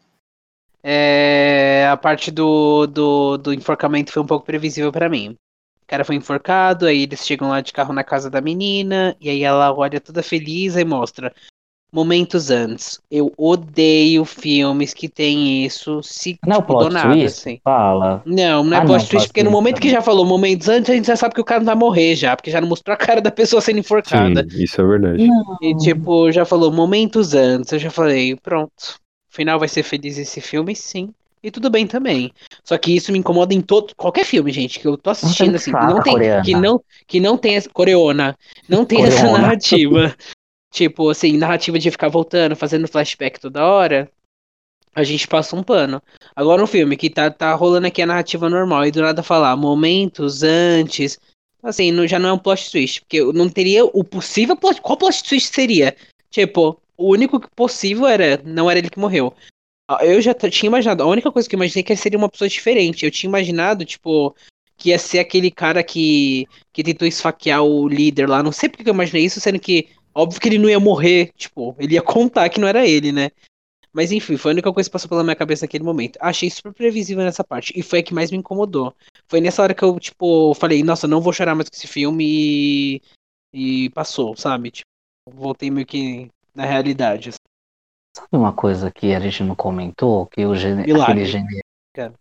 É, a parte do, do, do enforcamento foi um pouco previsível pra mim. O cara foi enforcado, aí eles chegam lá de carro na casa da menina, e aí ela olha toda feliz e mostra momentos antes. Eu odeio filmes que tem isso, se, Não é o tipo, do plot nada, twist? assim. Fala. Não, não é Ah, plot não, twist, porque no twist momento que também. já falou momentos antes, a gente já sabe que o cara não vai morrer já, porque já não mostrou a cara da pessoa sendo enforcada. Sim, isso é verdade. E tipo, já falou momentos antes, eu já falei, pronto. Final vai ser feliz esse filme, sim. E tudo bem também. Só que isso me incomoda em todo qualquer filme, gente, que eu tô Nossa, assistindo muito assim, e não chata, tem que coreana. não que não tem essa coreana, não tem essa Coreana. narrativa. Tipo, assim, narrativa de ficar voltando, fazendo flashback toda hora, a gente passa um pano. Agora um filme que tá, tá rolando aqui a narrativa normal e do nada falar momentos antes, assim, não, já não é um plot twist, porque eu não teria o possível plot, qual plot twist seria? Tipo, o único que possível era, não era ele que morreu. Ah, eu já t- tinha imaginado, a única coisa que eu imaginei é que seria uma pessoa diferente. Eu tinha imaginado, tipo, que ia ser aquele cara que, que tentou esfaquear o líder lá. Não sei porque que eu imaginei isso, sendo que, óbvio que ele não ia morrer, tipo, ele ia contar que não era ele, né? Mas enfim, foi a única coisa que passou pela minha cabeça naquele momento. Achei super previsível nessa parte. E foi a que mais me incomodou. Foi nessa hora que eu, tipo, falei, nossa, não vou chorar mais com esse filme e, e passou, sabe? Tipo, voltei meio que na realidade. assim. Sabe uma coisa que a gente não comentou? Que o gene... aquele, Milagre. gene... cara.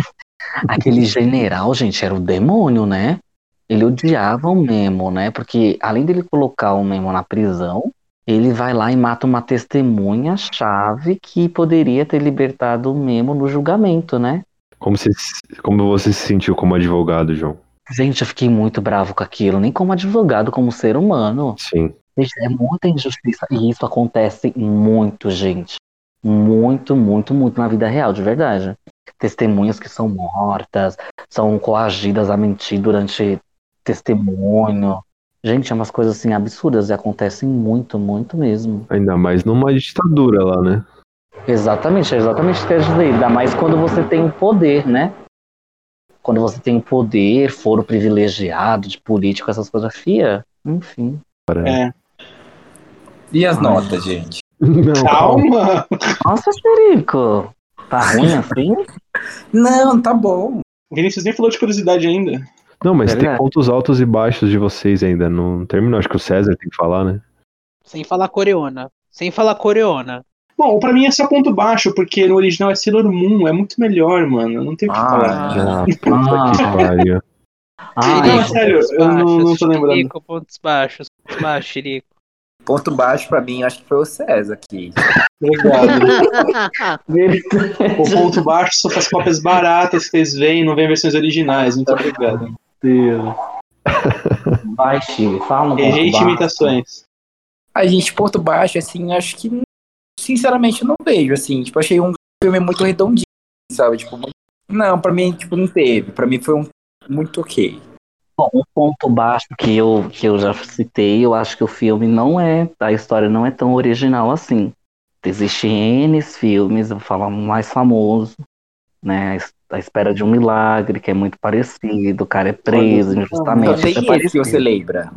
aquele general, gente, era o demônio, né? Ele odiava o Memo, né? Porque além dele colocar o Memo na prisão, ele vai lá e mata uma testemunha-chave que poderia ter libertado o Memo no julgamento, né? Como você, como você se sentiu como advogado, João? Gente, eu fiquei muito bravo com aquilo, nem como advogado, como ser humano. Sim. Gente, é muita injustiça. E isso acontece muito, gente. Muito, muito, muito na vida real, de verdade. Testemunhas que são mortas, são coagidas a mentir durante testemunho. Gente, é umas coisas assim absurdas e acontecem muito, muito mesmo. Ainda mais numa ditadura lá, né? Exatamente, é exatamente o que eu quero dizer. Ainda mais quando você tem o poder, né? Quando você tem o poder, foro privilegiado de político, essas coisas, fia, enfim. É. E as Ai. notas, gente? Não, Calma! Nossa, Cherico! Tá ruim assim? Não, tá bom. O Vinícius nem falou de curiosidade ainda. Não, mas tem Verdade. pontos altos e baixos de vocês ainda. Não terminou. Acho que o César tem que falar, né? Sem falar coreana. Sem falar coreana. Bom, pra mim esse é ponto baixo, porque no original é Sailor Moon, é muito melhor, mano. Não tem o que Ah, falar. Já, puta que pariu. Ai, Não, é sério, pontos eu não- não tô lembrando. Chirico, pontos baixos. Pontos baixos, Chirico. Ponto baixo pra mim, acho que foi o César aqui. Obrigado. O Deus. ponto baixo são as cópias baratas que vocês veem e não vêm versões originais. Muito obrigado. Vai, Chile, fala no ponto Rejeite baixo. imitações. A gente, ponto baixo, assim, acho que, sinceramente, eu não vejo, assim. Tipo, achei um filme muito redondinho, sabe? Tipo, muito... não, pra mim, tipo, não teve. Pra mim foi um muito ok. Bom, um ponto baixo que eu, que eu já citei, eu acho que o filme não é, a história não é tão original assim. Existem N filmes, eu vou falar um mais famoso, né? A Espera de um Milagre, que é muito parecido, o cara é preso Só injustamente. tem isso é esse que parecido. você lembra.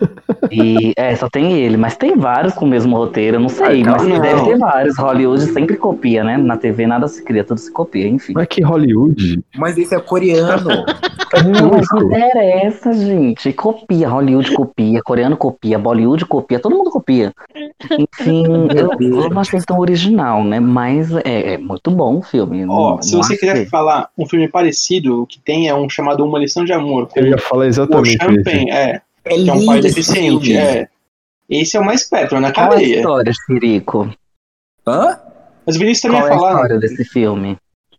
E, é, só tem ele, mas tem vários com o mesmo roteiro, eu não sei, Ah, mas não. deve ter vários. Hollywood sempre copia, né? Na T V nada se cria, tudo se copia, enfim. Mas que Hollywood? Mas esse é coreano. Não, mas Turco. não interessa, gente. Copia, Hollywood copia, coreano copia, Bollywood copia, todo mundo copia. Enfim, eu, eu não achei tão original, né? Mas é, é muito bom o filme. Ó, não, se não você acho quiser que- falar um filme parecido, o que tem é um chamado Uma Lição de Amor, com Eu ia falar o exatamente Champagne, esse. é, É que é um pai lindo esse deficiente, filme. é. Esse é o mais perto, é na Qual é a cadeia. história, Chirico? Hã? Mas o Vinícius também Qual ia é a falar. história desse filme?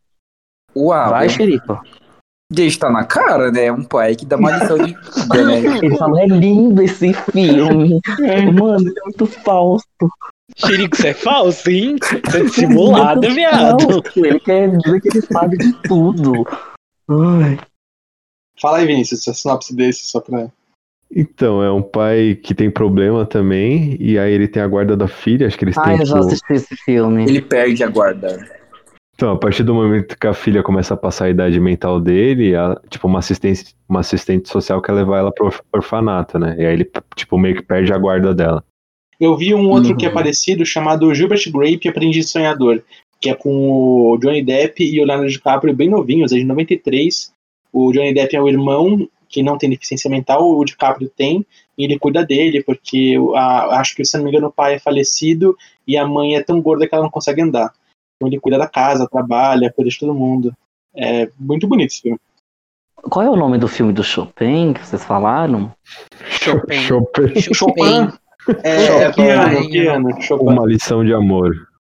Uau. Vai, Chirico. Gente, tá na cara, né? Um pai que dá uma lição de vida, né? Ele falou, é lindo esse filme. Mano, ele é muito falso. Chirico, você é falso, hein? Você é Ele é dissimulado, muito viado. falso. Ele quer dizer que ele sabe de tudo. Ai. Fala aí, Vinícius, a sinopse desse, só pra. Então, é um pai que tem problema também, e aí ele tem a guarda da filha, acho que eles Ai, têm eu já tipo... assisti esse filme. Ele perde a guarda. Então, a partir do momento que a filha começa a passar a idade mental dele, a- tipo, uma assistente, uma assistente social quer levar ela pro orf- orfanato, né? E aí ele, tipo, meio que perde a guarda dela. Eu vi um outro Uhum. que é parecido, chamado Gilbert Grape, Aprendiz Sonhador, que é com o Johnny Depp e o Leonardo DiCaprio bem novinhos, é de noventa e três. O Johnny Depp é o irmão que não tem deficiência mental, o DiCaprio tem, e ele cuida dele, porque a, acho que, se não me engano, o pai é falecido e a mãe é tão gorda que ela não consegue andar. Então ele cuida da casa, trabalha, cuida de todo mundo. É muito bonito esse filme. Qual é o nome do filme do Chopin que vocês falaram? Chopin. Chopin. Chopin. É, é Chopin. piano, piano, Chopin. Uma lição de amor.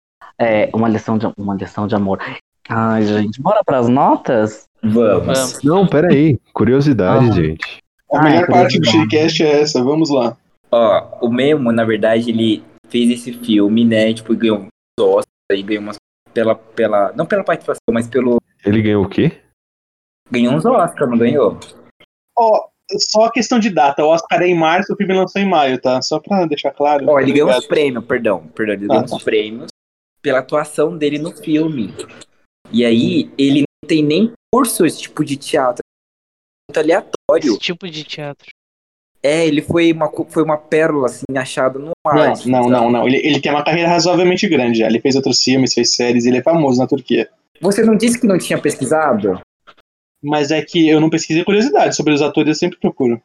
É, uma lição de, uma lição de amor. Ai, gente, bora pras notas? Vamos. Vamos. Não, peraí. Curiosidade, Ah. gente. A Ah, melhor é parte do curiosidade. Shiricast é essa, vamos lá. Ó, o Memo, na verdade, ele fez esse filme, né? Tipo, ganhou uns Oscars e ganhou umas. Pela, pela. Não pela participação, mas pelo. Ele ganhou o quê? Ganhou uns Oscars, não ganhou? Ó, só questão de data, o Oscar é em março, o filme lançou em maio, tá? Só pra deixar claro. Ó, ele ganhou Obrigado. uns prêmios, perdão. Perdão, ele Ah, ganhou tá. uns prêmios pela atuação dele no filme. E aí, ele não tem nem curso esse tipo de teatro. É muito aleatório. Esse tipo de teatro. É, ele foi uma, foi uma pérola, assim, achada no mar. Não, assim, não, sabe? não, não. Ele, ele tem uma carreira razoavelmente grande já. Ele fez outros filmes, fez séries, ele é famoso na Turquia. Você não disse que não tinha pesquisado? Mas é que eu não pesquisei curiosidade sobre os atores, eu sempre procuro.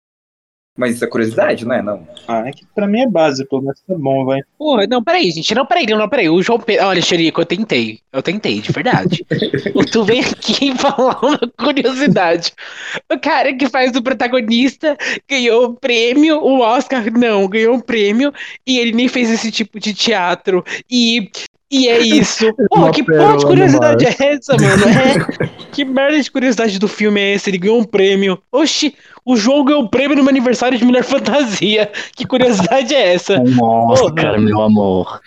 Mas isso é curiosidade, não é? Não. Ah, é que pra mim é básico, mas tá bom, vai. Porra, não, peraí, gente. Não, peraí, não, peraí. O João Pedro. Olha, Xerico, eu tentei. Eu tentei, de verdade. Tu vem aqui falar uma curiosidade. O cara que faz o protagonista ganhou o prêmio, o Oscar não, ganhou um prêmio, e ele nem fez esse tipo de teatro. E. E é isso. Pô, Uma que pérola porra de no curiosidade mar. é essa, mano? É. Que merda de curiosidade do filme é esse? Ele ganhou um prêmio. Oxi, o João ganhou um prêmio no meu aniversário de Mulher Fantasia. Que curiosidade é essa? Um Oscar, Porra. meu amor.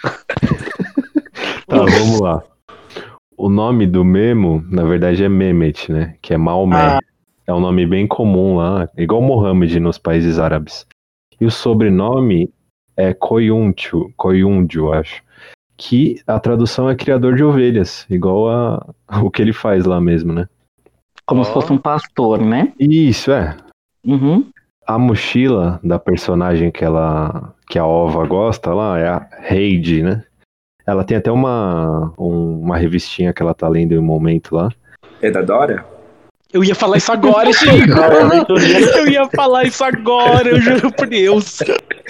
Tá, vamos lá. O nome do Memo, na verdade, é Mehmet, né? Que é Maomé. Ah. É um nome bem comum lá, igual Mohammed nos países árabes. E o sobrenome é Koyuncu, Koyuncu, acho. Que a tradução é criador de ovelhas, igual a o que ele faz lá mesmo, né? Como Ó. se fosse um pastor, né? Isso, é. Uhum. A mochila da personagem que ela que a Ova gosta lá é a Heidi, né? Ela tem até uma, um- uma revistinha que ela tá lendo em um momento lá. É da Dora? Eu ia falar isso agora, Chico. Eu ia falar isso agora, eu juro por Deus.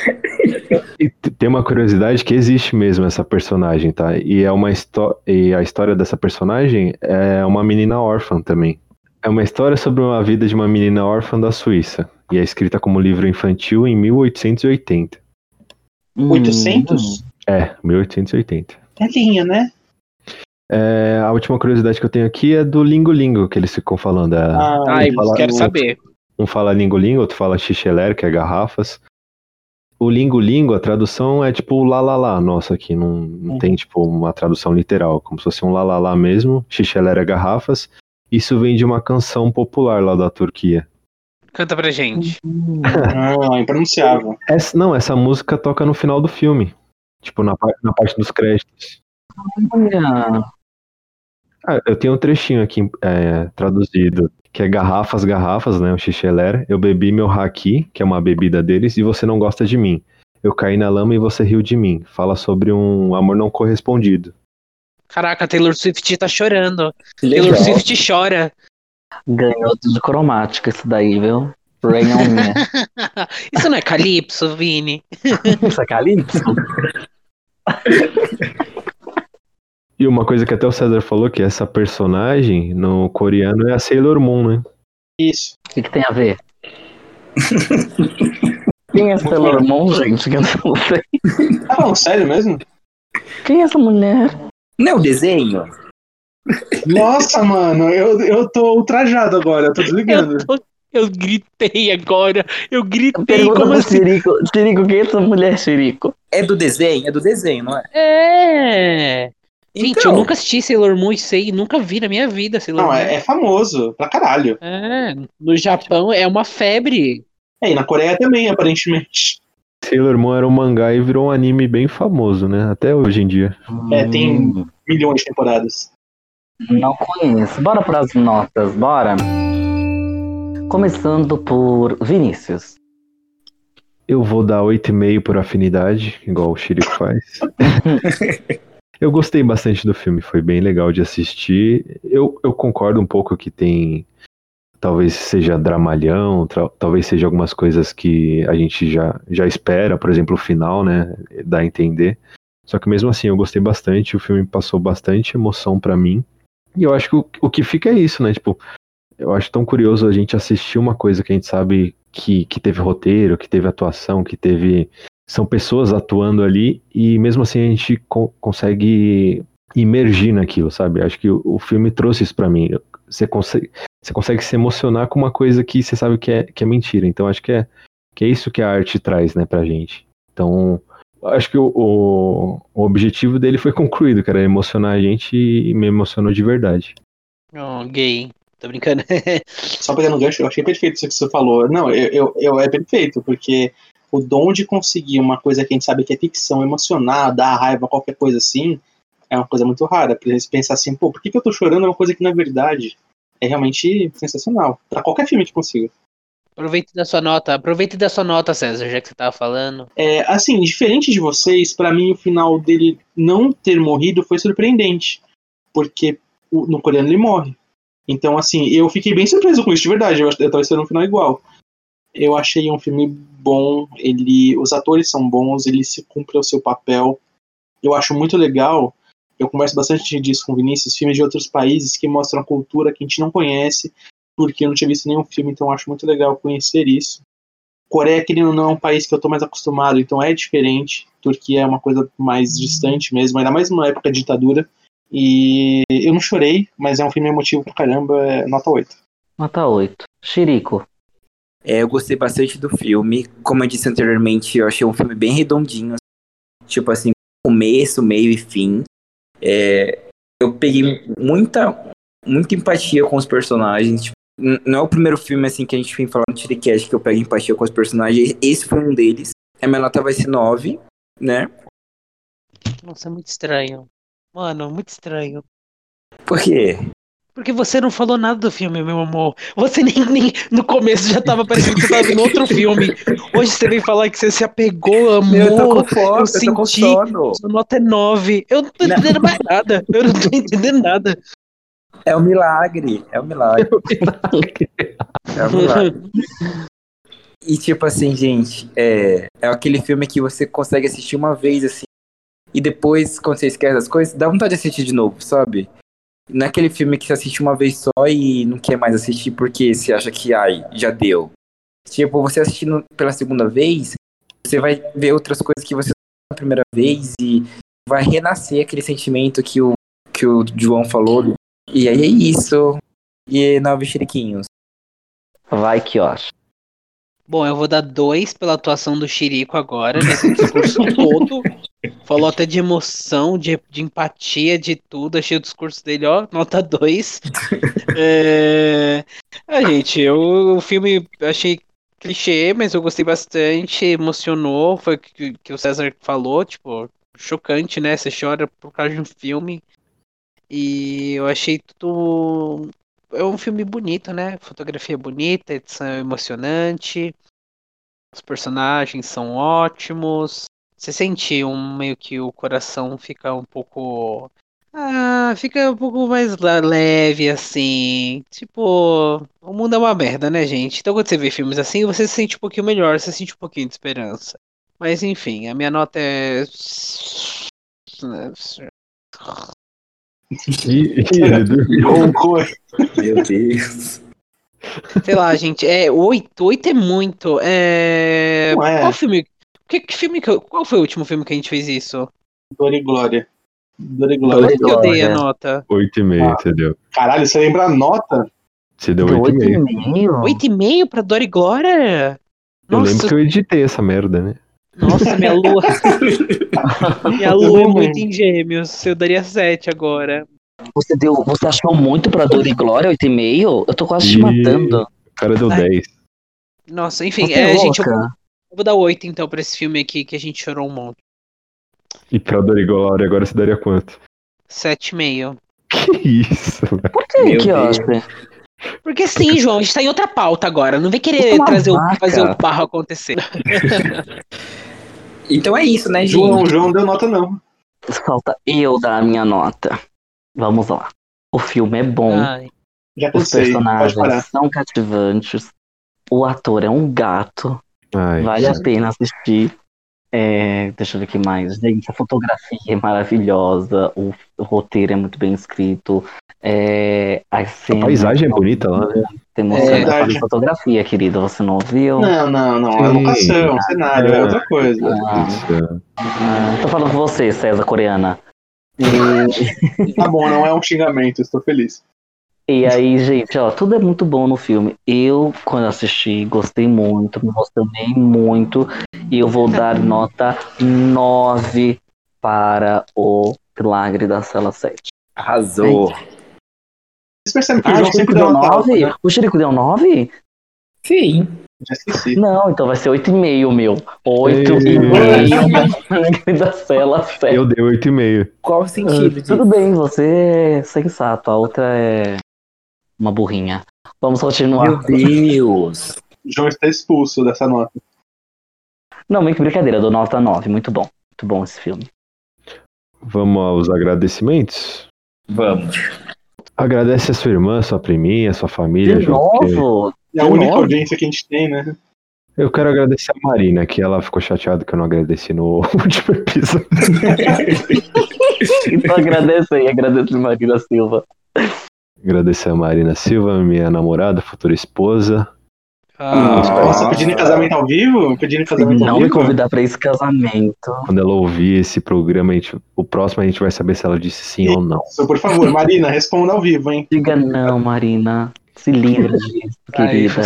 E t- tem uma curiosidade que existe mesmo essa personagem, tá? E é uma histó- e a história dessa personagem é uma menina órfã também. É uma história sobre a vida de uma menina órfã da Suíça. E é escrita como livro infantil em mil oitocentos e oitenta. Hum. oitocentos? É, mil oitocentos e oitenta. É linha, né? É, a última curiosidade que eu tenho aqui é do Lingo Lingo, que eles ficam falando. É, Ah, Ai, fala- quero saber. um fala Lingo Lingo, outro fala Xixeler, que é garrafas. o Lingo Lingo, a tradução é tipo lá lá lá, nossa, aqui não, não tem tipo uma tradução literal, como se fosse um lá lá lá mesmo, xixelera garrafas. Isso vem de uma canção popular lá da Turquia. Canta pra gente. Não, é impronunciável. Essa, não, essa música toca no final do filme, tipo na, par- na parte dos créditos. Olha, Ah, eu tenho um trechinho aqui é, traduzido, que é garrafas, garrafas, né, o xixelera. Eu bebi meu haki, que é uma bebida deles, e você não gosta de mim. Eu caí na lama e você riu de mim. Fala sobre um amor não correspondido. Caraca, a Taylor Swift tá chorando. Que Taylor legal. Swift chora. ganhou de cromática isso daí, viu? Rain on me. Isso não é Calypso, Vini? Isso é Calypso? E uma coisa que até o César falou, que essa personagem no coreano é a Sailor Moon, né? Isso. O que, que tem a ver? Quem é Sailor Moon, gente? Que eu não sei. Ah, não, sério mesmo? Quem é essa mulher? Não é o desenho? Nossa, mano, eu, eu tô ultrajado agora, eu tô desligando. Eu, tô- eu gritei agora. Eu gritei, Pergunta como pro assim? Chirico. Chirico, quem é essa mulher, Chirico? É do desenho? É do desenho, não é? É. Gente, eu Então. nunca assisti Sailor Moon e sei, nunca vi na minha vida Sailor Não, Moon. é, é famoso, pra caralho. É, no Japão é uma febre. É, e na Coreia também, aparentemente. Sailor Moon era um mangá e virou um anime bem famoso, né? Até hoje em dia. É, tem Hum, milhões de temporadas. não conheço. Bora pras notas, bora. Começando por Vinícius. Eu vou dar oito e meio por afinidade, igual o Chirico faz. Eu gostei bastante do filme, foi bem legal de assistir. Eu, eu concordo um pouco que tem. Talvez seja dramalhão, tra- talvez seja algumas coisas que a gente já, já espera, por exemplo, o final, né? Dá a entender. Só que mesmo assim, eu gostei bastante, o filme passou bastante emoção pra mim. E eu acho que o, o que fica é isso, né? Tipo, eu acho tão curioso a gente assistir uma coisa que a gente sabe que, que teve roteiro, que teve atuação, que teve. São pessoas atuando ali, e mesmo assim a gente co- consegue imergir naquilo, sabe? Acho que o, o filme trouxe isso pra mim. Você consegue, você consegue se emocionar com uma coisa que você sabe que é, que é mentira. Então acho que é, que é isso que a arte traz, né, pra gente. Então, acho que o, o, o objetivo dele foi concluído, cara, emocionar a gente e me emocionou de verdade. Oh, gay. Tô brincando. Só pegando o gancho, eu achei perfeito isso que você falou. Não, eu, eu, eu é perfeito, porque o dom de conseguir uma coisa que a gente sabe que é ficção, emocionar, dar raiva, qualquer coisa assim, é uma coisa muito rara. Pra eles pensar assim, pô, por que, que eu tô chorando? É uma coisa que, na verdade, é realmente sensacional. Pra qualquer filme que consiga. Aproveite da sua nota. Aproveite da sua nota, César, já que você tava falando. É, assim, diferente de vocês, pra mim o final dele não ter morrido foi surpreendente. Porque o- no coreano ele morre. Então, assim, eu fiquei bem surpreso com isso, de verdade. Eu, ach- eu tava esperando um final igual. Eu achei um filme bom, ele, os atores são bons, ele se cumpre o seu papel. Eu acho muito legal, eu converso bastante disso com o Vinícius, filmes de outros países que mostram a cultura que a gente não conhece, porque eu não tinha visto nenhum filme, então eu acho muito legal conhecer isso. Coreia, querendo ou não, é um país que eu tô mais acostumado, então é diferente. Turquia é uma coisa mais distante mesmo, ainda mais numa época de ditadura. E eu não chorei, mas é um filme emotivo pra caramba, é nota oito. Nota oito. Chirico. É, eu gostei bastante do filme. Como eu disse anteriormente, eu achei um filme bem redondinho. Tipo assim, começo, meio e fim. É, eu peguei muita, muita empatia com os personagens. Tipo, n- não é o primeiro filme assim que a gente vem falando no Shiricast que eu pego empatia com os personagens. Esse foi um deles. A minha nota vai ser nove, né? Nossa, é muito estranho. Mano, muito estranho. Por quê? Porque você não falou nada do filme, meu amor. Você nem, nem no começo já tava parecendo que você tava vendo outro filme. Hoje você veio falar que você se apegou, amor. Eu tô com fome, eu eu tô com senti. sono. Sua nota é nove. Eu não tô Não. entendendo mais nada. Eu não tô entendendo nada. É um milagre, é um milagre, é um milagre. E tipo assim, gente, é, é aquele filme que você consegue assistir uma vez, assim, e depois, quando você esquece as coisas, dá vontade de assistir de novo, sabe? Não é aquele filme que você assiste uma vez só e não quer mais assistir porque você acha que, ai, já deu. Tipo, você assistindo pela segunda vez, você vai ver outras coisas que você não viu na primeira vez e vai renascer aquele sentimento que o, que o João falou. E aí é isso. E nove chiriquinhos. Vai, Kiosh. Bom, eu vou dar dois pela atuação do Chirico agora, nesse discurso todo. Falou até de emoção, de, de empatia, de tudo. Achei o discurso dele, ó, nota dois. É... Ah, gente, eu, o filme achei clichê, mas eu gostei bastante, emocionou. Foi o que, que o César falou, tipo, chocante, né? Você chora por causa de um filme. E eu achei tudo. É um filme bonito, né? Fotografia bonita, edição emocionante. Os personagens são ótimos. Você sente um meio que o coração fica um pouco. Ah, fica um pouco mais la- leve, assim. Tipo, o mundo é uma merda, né, gente? Então quando você vê filmes assim, você se sente um pouquinho melhor, você sente um pouquinho de esperança. Mas enfim, a minha nota é. E, e ele dormiu. Roncou. Meu Deus. Sei lá, gente, é oito, oito é muito. É... Não é. Qual filme? Que, que filme que eu- Qual foi o último filme que a gente fez isso? Dor e Glória. Dor e Dor Glória. e Quanto que eu dei a Glória. nota? Oito e meio, Ah. você deu. Caralho, você lembra a nota? Você deu Deu oito e oito e meio. meio? Oito e meio pra Dor e Glória? Eu Nossa, lembro que eu editei essa merda, né? nossa, minha lua. Minha Eu lua é não muito lembro. em gêmeos. Eu daria sete agora. Você deu, você achou muito pra Dor e Glória, oito e meio? Eu tô quase te E- matando. O cara deu Ai. dez. Nossa, enfim, Você é, é gente, eu, louca? eu vou dar oito então pra esse filme aqui que a gente chorou um monte. E pra Dorigolauria agora você daria quanto? Sete e meio. Que isso, velho? Por que, Meu que Deus. acha? Porque sim, João, a gente tá em outra pauta agora. Não vem Você é querer uma trazer o, vaca. fazer o barro acontecer. Então é isso, né, João, gente? João não deu nota, não. Falta eu dar a minha nota. Vamos lá. O filme é bom. Ai, Já Os cansei. Pode personagens parar. são cativantes. O ator é um gato. Ai, Vale a pena assistir. É, deixa eu ver o que mais. Gente, a fotografia é maravilhosa. O, o roteiro é muito bem escrito. É, as a cenas paisagem é são bonita lá, né? muito emocionantes. É Eu falei verdade. fotografia, querida. Você não ouviu? Não, não, não. É Sim. locação, cenário, é outra coisa. Ah, Isso. ah, tô falando com você, César Coreana. E, Tá bom, não é um xingamento, estou feliz. e aí, gente, ó, tudo é muito bom no filme. Eu, quando assisti, gostei muito, me emocionei muito. E eu vou dar nota nove para o Milagre da Cela sete. Arrasou. Vocês percebem que o Ah, o João sempre Chirico dá deu nota alta, nove? né? O Chirico deu nove? Sim. Já esqueci. Não, então vai ser oito e meio, meu. oito e Ei. meio Milagre da Cela sete. Eu dei oito e meio. Qual o sentido disso? Tudo bem, você é sensato. A outra é uma burrinha. Vamos continuar. Meu Deus. O João está expulso dessa nota. Não, meio que brincadeira, eu dou nota nove. Muito bom. Muito bom esse filme. Vamos aos agradecimentos? Vamos. Agradece a sua irmã, sua priminha, sua família. De João, porque novo? É a De única novo? audiência que a gente tem, né? Eu quero agradecer a Marina, que ela ficou chateada que eu não agradeci no último episódio. Então agradece aí, agradece Marina Silva. Agradecer a Marina Silva, minha namorada, futura esposa. ah, Nossa, pedindo em casamento ao vivo? Pedindo em casamento ao Não me vivo? convidar pra esse casamento. Quando ela ouvir esse programa, a gente, o próximo a gente vai saber se ela disse sim ou não. Isso, por favor, Marina, responda ao vivo, hein? Diga não, Marina. Se livre disso, ai, querida.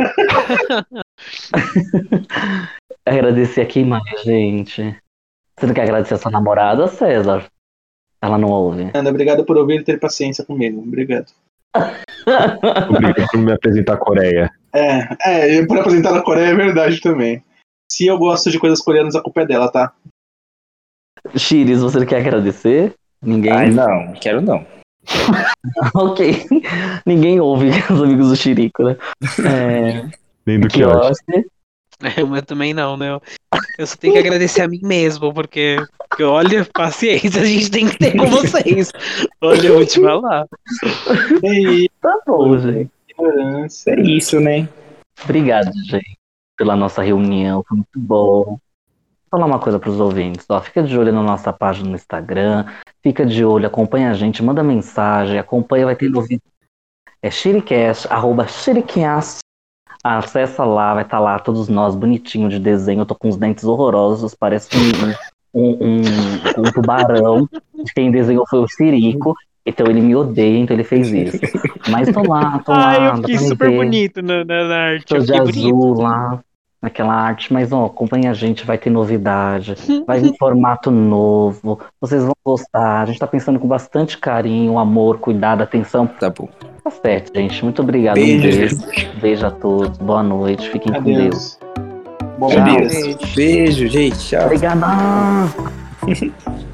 Agradecer a quem mais, gente? Você não quer agradecer a sua namorada, César? Ela não ouve. Ana, obrigado por ouvir e ter paciência comigo. Obrigado. Obrigado por me apresentar a Coreia. É, é, e por apresentar na Coreia é verdade também. Se eu gosto de coisas coreanas, a culpa é dela, tá? Chiris, você quer agradecer? Ninguém? Ai, não. Quero não. Ok. Ninguém ouve os amigos do Chirico, né? É, Nem do que Kiosque. eu também não, né? Eu- Eu só tenho que agradecer a mim mesmo, porque, porque olha, paciência a gente tem que ter com vocês. Olha, eu vou te falar. E Tá bom, gente. ignorância. É isso, né? Obrigado, gente, pela nossa reunião. Foi muito bom. Vou falar uma coisa pros ouvintes. Ó, fica de olho na nossa página no Instagram. Fica de olho, acompanha a gente, manda mensagem, acompanha, vai ter novidade. É Shiricast, arroba Shiricast. Acessa lá, vai estar lá todos nós, bonitinho de desenho. Eu tô com os dentes horrorosos, parece um, um, um, um tubarão. Quem desenhou foi o Chirico, então ele me odeia, então ele fez isso. Mas tô lá, tô lá. Ai, eu dá fiquei pra me super ver. bonito na, na, na arte. Tô Eu de fiquei bonito. azul lá. naquela arte, mas ó, acompanhe a gente, vai ter novidade, vai vir formato novo, vocês vão gostar, a gente tá pensando com bastante carinho, amor, cuidado, atenção. Tá bom. Tá certo, gente, muito obrigado, Beijo. um beijo, beijo a todos, boa noite, fiquem com Deus. Adeus. Bom Tchau. dia. Beijo, gente. Tchau. Obrigada!